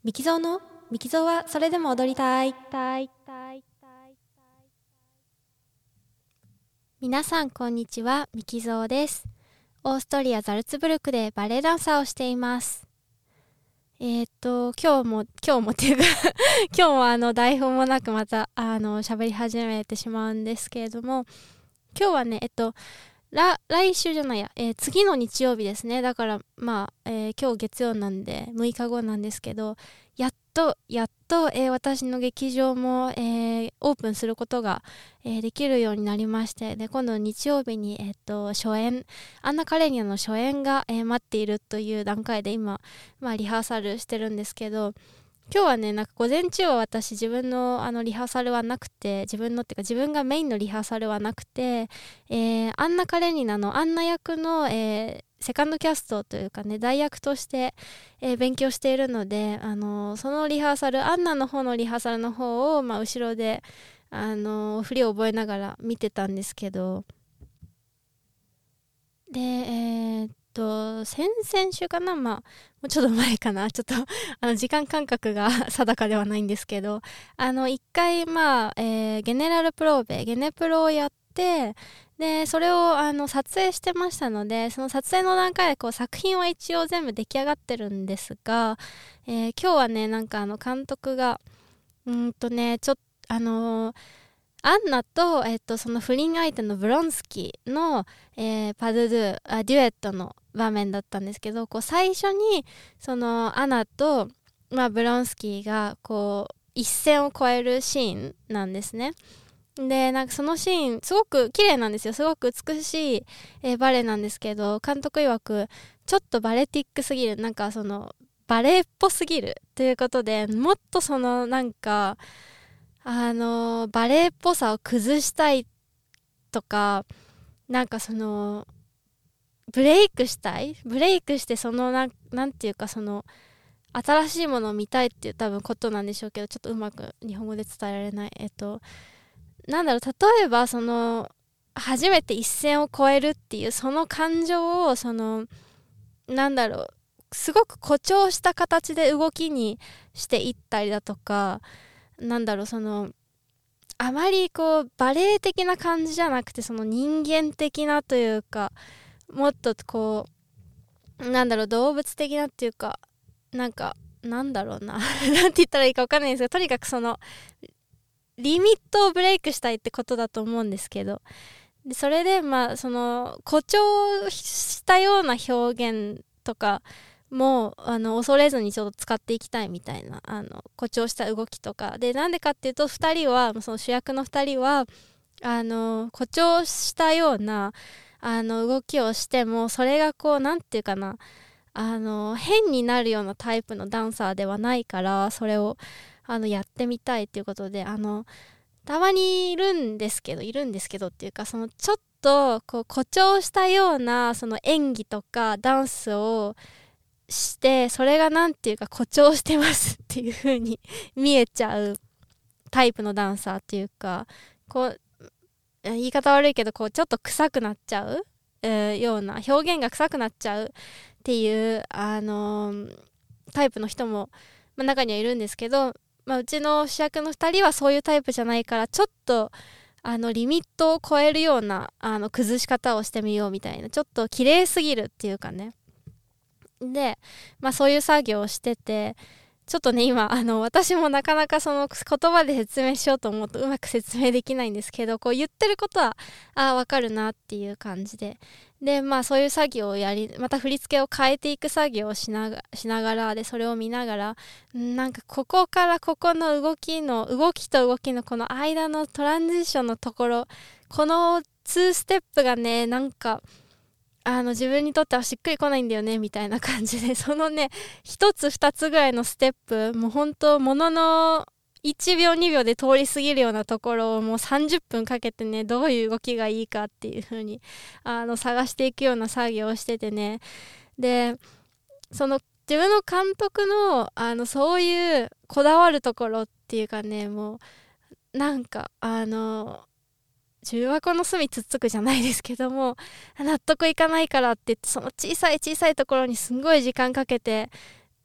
ミキゾーのミキゾーはそれでも踊りたい。皆さんこんにちは、ミキゾーです。オーストリアザルツブルクでバレエダンサーをしています。今日もっていうか今日も台本もなくまた喋り始めてしまうんですけれども、今日はね来週じゃないや、次の日曜日ですね。だから今日月曜なんで6日後なんですけど、やっと、私の劇場も、オープンすることが、できるようになりまして、で今度の日曜日に、初演アンナ・カレーニャの初演が、待っているという段階で今、リハーサルしてるんですけど、今日はね、なんか午前中は私自分のリハーサルはなくて、自分がメインのリハーサルはなくて、アンナ・カレニナのアンナ役の、セカンドキャストというかね、代役として、勉強しているので、そのリハーサル、アンナの方のリハーサルの方を、後ろで振りを覚えながら見てたんですけど、で先々週かな、もうちょっと前かな、ちょっと時間感覚が定かではないんですけど、一回ゲネラルプローベゲネプロをやって、でそれを撮影してましたので、その撮影の段階でこう作品は一応全部出来上がってるんですが、今日はね、なんか監督がちょっとアンナと、その不倫相手のブロンスキーの、パドゥドゥデュエットの場面だったんですけど、こう最初にそのアナと、ブロンスキーがこう一線を越えるシーンなんですね。でなんかそのシーンすごく綺麗なんですよ。すごく美しい、バレエなんですけど、監督曰くちょっとバレティックすぎる、なんかそのバレエっぽすぎるということで、もっとそのなんかバレエっぽさを崩したいとか、なんかそのブレイクしてそのなんていうか、その新しいものを見たいっていう多分ことなんでしょうけど、ちょっとうまく日本語で伝えられない。なんだろう、例えばその初めて一線を越えるっていうその感情を、そのなんだろう、すごく誇張した形で動きにしていったりだとか、なんだろう、そのあまりこうバレエ的な感じじゃなくて、その人間的なというか、もっとこうなんだろう、動物的なっていうか、なんだろうななんて言ったらいいか分かんないんですが、とにかくそのリミットをブレイクしたいってことだと思うんですけど、でそれでその誇張したような表現とかも恐れずにちょっと使っていきたいみたいな、誇張した動きとかで、なんでかっていうと、2人はその主役の2人は誇張したような動きをしても、それがこうなんていうかな、変になるようなタイプのダンサーではないから、それをやってみたいっていうことで、たまにいるんですけどっていうか、そのちょっとこう誇張したようなその演技とかダンスをして、それがなんていうか誇張してますっていう風に見えちゃうタイプのダンサーっていうか、こう言い方悪いけど、こうちょっと臭くなっちゃう、ような表現が臭くなっちゃうっていう、タイプの人も、中にはいるんですけど、うちの主役の2人はそういうタイプじゃないから、ちょっとリミットを超えるような崩し方をしてみようみたいな、ちょっと綺麗すぎるっていうかね。で、そういう作業をしてて、ちょっとね今私もなかなかその言葉で説明しようと思うとうまく説明できないんですけど、こう言ってることはわかるなっていう感じで、そういう作業をまた振り付けを変えていく作業をしながらで、それを見ながら、なんかここからここの動きと動きのこの間のトランジションのところ、この2ステップがね、なんか自分にとってはしっくりこないんだよねみたいな感じで、そのね1つ2つぐらいのステップ、もう本当ものの1秒2秒で通り過ぎるようなところをもう30分かけてね、どういう動きがいいかっていう風に探していくような作業をしててね。でその自分の監督のそういうこだわるところっていうかね、もうなんか重箱の隅つっつくじゃないですけども、納得いかないからって言って、その小さいところにすんごい時間かけて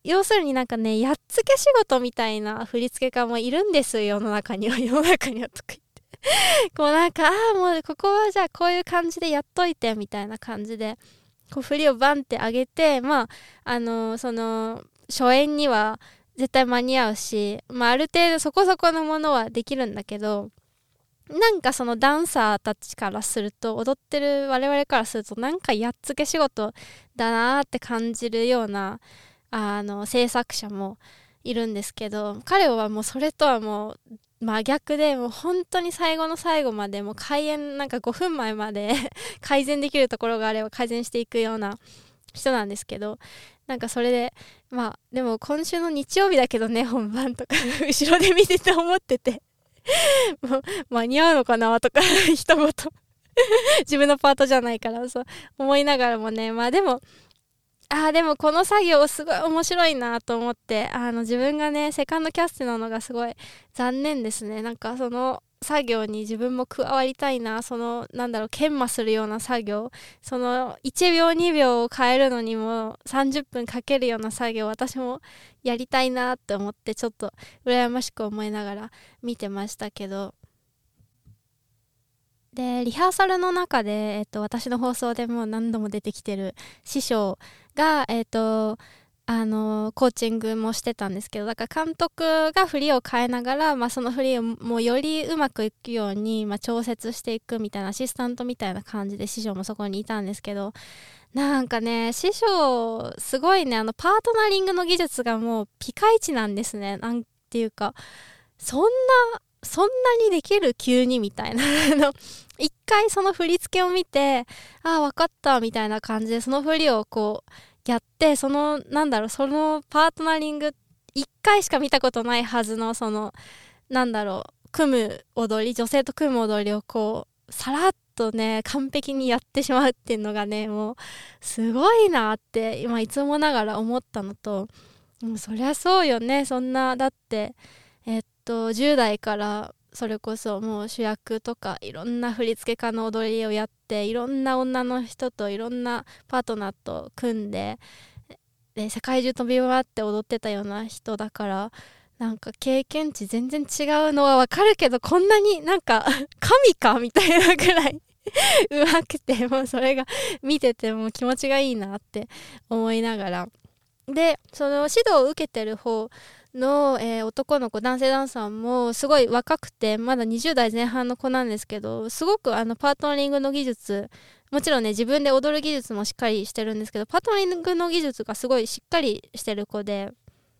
要するになんかね、やっつけ仕事みたいな振付家もいるんですよ、世の中にはとか言って。こうなんか、もうここはじゃあこういう感じでやっといてみたいな感じで、こう振りをバンって上げて、その初演には絶対間に合うし、ある程度そこそこのものはできるんだけど、なんかそのダンサーたちからすると、踊ってる我々からすると、なんかやっつけ仕事だなーって感じるような制作者もいるんですけど、彼はもうそれとはもう真逆で、もう本当に最後の最後まで、もう開演なんか5分前まで改善できるところがあれば改善していくような人なんですけど、なんかそれででも今週の日曜日だけどね、本番とか後ろで見てて思っててもう間に合うのかなとか一言自分のパートじゃないからそう思いながらもね、でもこの作業すごい面白いなと思って、自分がねセカンドキャストなのがすごい残念ですね。なんかその作業に自分も加わりたいな。その研磨するような作業、その1秒2秒を変えるのにも30分かけるような作業、私もやりたいなって思って、ちょっと羨ましく思いながら見てましたけど、でリハーサルの中で、私の放送でも何度も出てきてる師匠が、コーチングもしてたんですけど、だから監督が振りを変えながら、その振りをもうよりうまくいくように、調節していくみたいな、アシスタントみたいな感じで師匠もそこにいたんですけど、なんかね、師匠すごいね、パートナリングの技術がもうピカイチなんですね。なんていうか、そんなにできる急にみたいな一回その振り付けを見て、分かったみたいな感じでその振りをこうやって、そのパートナリング一回しか見たことないはずの組む踊り、女性と組む踊りをこうさらっとね完璧にやってしまうっていうのがね、もうすごいなって今いつもながら思ったのと、もうそりゃそうよね。そんなだって10代からそれこそもう主役とかいろんな振付家の踊りをやって、いろんな女の人といろんなパートナーと組んで、世界中飛び回って踊ってたような人だから、なんか経験値全然違うのはわかるけど、こんなになんか神かみたいなぐらいうまくて、もうそれが見てても気持ちがいいなって思いながら、でその指導を受けてる方の、男の子、男性ダンサーもすごい若くて、まだ20代前半の子なんですけど、すごくパートナリングの技術、もちろんね自分で踊る技術もしっかりしてるんですけど、パートナリングの技術がすごいしっかりしてる子で、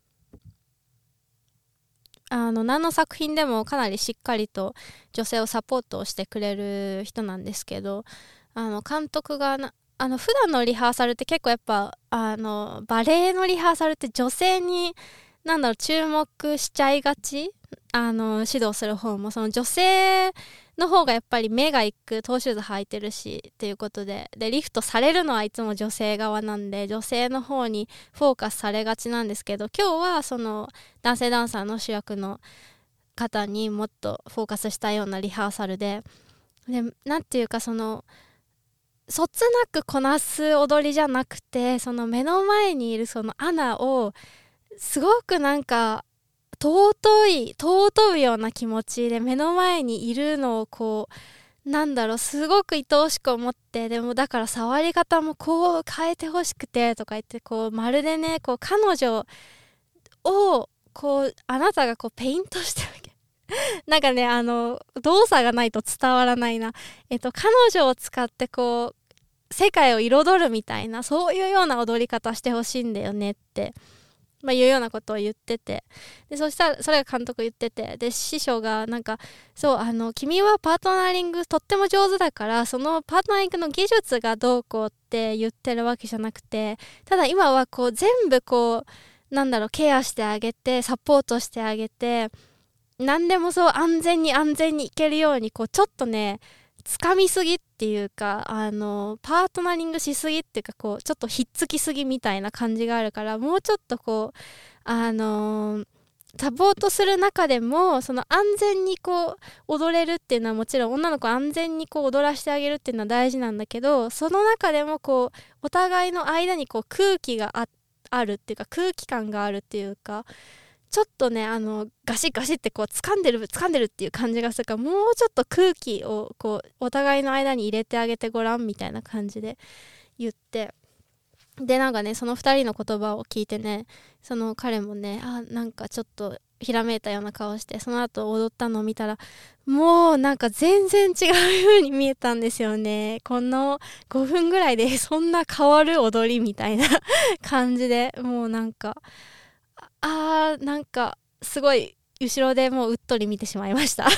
何の作品でもかなりしっかりと女性をサポートしてくれる人なんですけど、監督が普段のリハーサルって結構やっぱバレエのリハーサルって女性に注目しちゃいがち、指導する方もその女性の方がやっぱり目がいく、トーシューズ履いてるしっていうことで、リフトされるのはいつも女性側なんで、女性の方にフォーカスされがちなんですけど、今日はその男性ダンサーの主役の方にもっとフォーカスしたようなリハーサルで、なんていうかそのそつなくこなす踊りじゃなくて、その目の前にいるそのアナをすごくなんか尊ぶような気持ちで目の前にいるのをこうすごく愛おしく思って、でもだから触り方もこう変えてほしくてとか言って、こうまるでねこう彼女をこうあなたがこうペイントしてるわけなんかね動作がないと伝わらないな。彼女を使ってこう世界を彩るみたいな、そういうような踊り方してほしいんだよねっていうようなことを言ってて、でそしたらそれが監督言ってて、で師匠がなんかそう君はパートナリングとっても上手だから、そのパートナリングの技術がどうこうって言ってるわけじゃなくて、ただ今はこう全部こうケアしてあげてサポートしてあげて、何でもそう安全にいけるようにこうちょっとね掴みすぎっていうかパートナリングしすぎっていうか、こうちょっとひっつきすぎみたいな感じがあるから、もうちょっとこうサポートする中でもその安全にこう踊れるっていうのはもちろん、女の子安全にこう踊らせてあげるっていうのは大事なんだけど、その中でもこうお互いの間にこう空気があるっていうか、空気感があるっていうか、ちょっとねガシッガシッってこう掴んでるっていう感じがするから、もうちょっと空気をこうお互いの間に入れてあげてごらんみたいな感じで言って、でなんかねその2人の言葉を聞いてね、その彼もねなんかちょっとひらめいたような顔して、その後踊ったのを見たら、もうなんか全然違う風に見えたんですよね。この5分ぐらいでそんな変わる踊りみたいな感じで、もうなんかなんかすごい後ろでもううっとり見てしまいました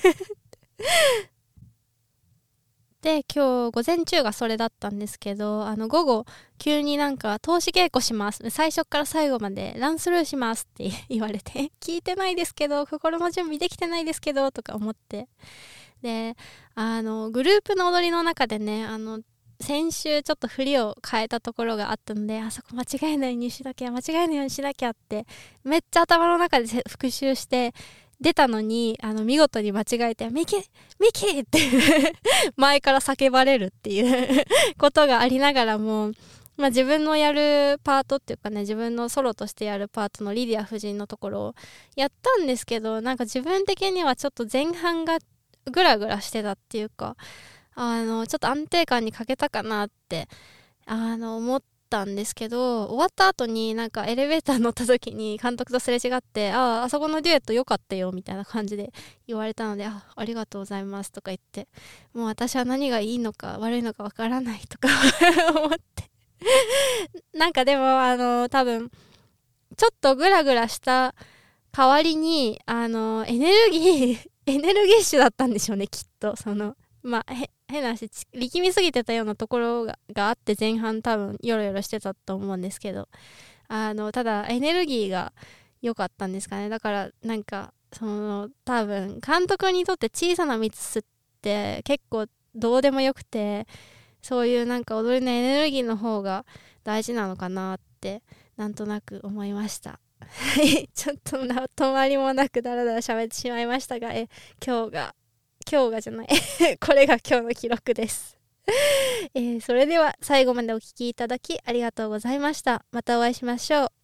で今日午前中がそれだったんですけど、午後急になんか通し稽古します、最初から最後までランスルーしますって言われて聞いてないですけど、心の準備できてないですけどとか思って、でグループの踊りの中でね先週ちょっと振りを変えたところがあったので、あそこ間違えないようにしなきゃってめっちゃ頭の中で復習して出たのに、見事に間違えてミキって前から叫ばれるっていうことがありながらも、自分のやるパートっていうかね、自分のソロとしてやるパートのリディア夫人のところをやったんですけど、なんか自分的にはちょっと前半がグラグラしてたっていうか、ちょっと安定感に欠けたかなって思ったんですけど、終わった後になんかエレベーター乗った時に監督とすれ違って、あそこのデュエット良かったよみたいな感じで言われたので、ありがとうございますとか言って、もう私は何がいいのか悪いのかわからないとか思ってなんかでも多分ちょっとグラグラした代わりにエネルギッシュだったんでしょうね、きっと。変な話、力みすぎてたようなところがあって、前半多分ヨロヨロしてたと思うんですけど、ただエネルギーが良かったんですかね。だからなんか多分監督にとって小さなミスって結構どうでもよくて、そういうなんか踊りのエネルギーの方が大事なのかなってなんとなく思いましたちょっと止まりもなくだらだら喋ってしまいましたが、今日がじゃないこれが今日の記録ですそれでは最後までお聞きいただきありがとうございました。またお会いしましょう。